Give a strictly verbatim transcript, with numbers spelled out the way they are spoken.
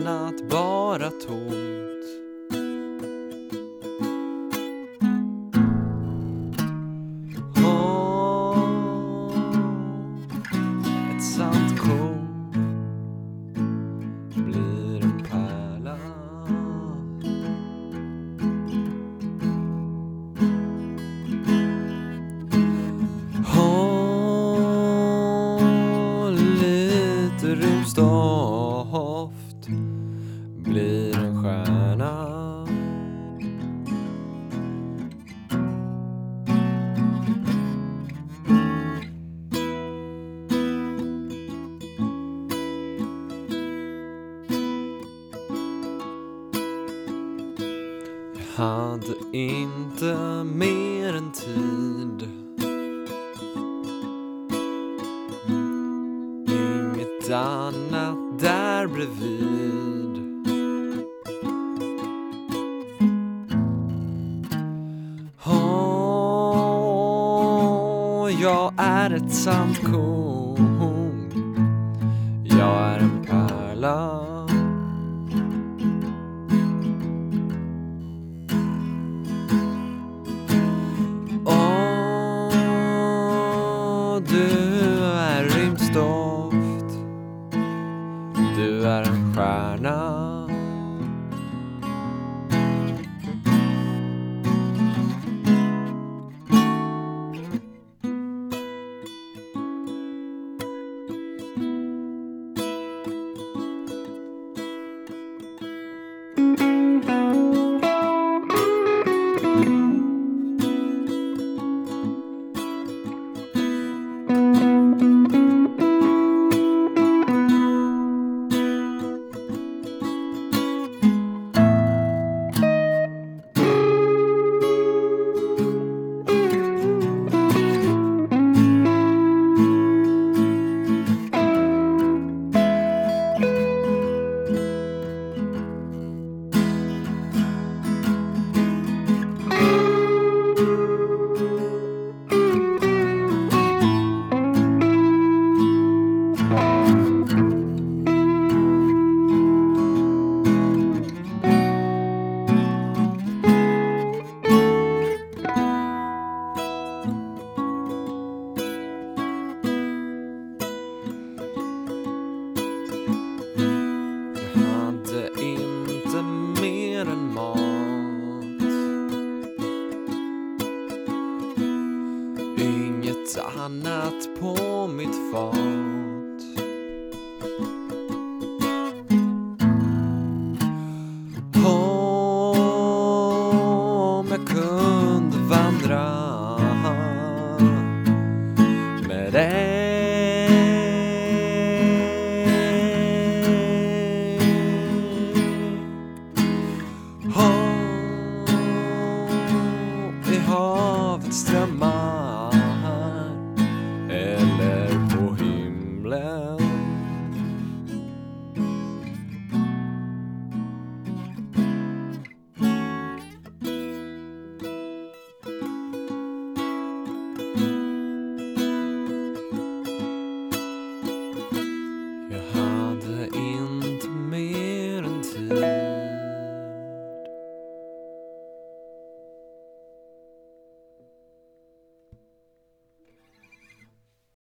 annat, bara tomt. Åh, ett sant korn blir en pärla. Åh, lite rymdstoft blir en stjärna. Jag hade inte mer än tid, inget annat där bredvid. Åh, jag är ett sant korn, jag är en pärla. Åh, du är rymdstoft, du är en stjärna. Inte mer än mat, inget annat på mitt fat.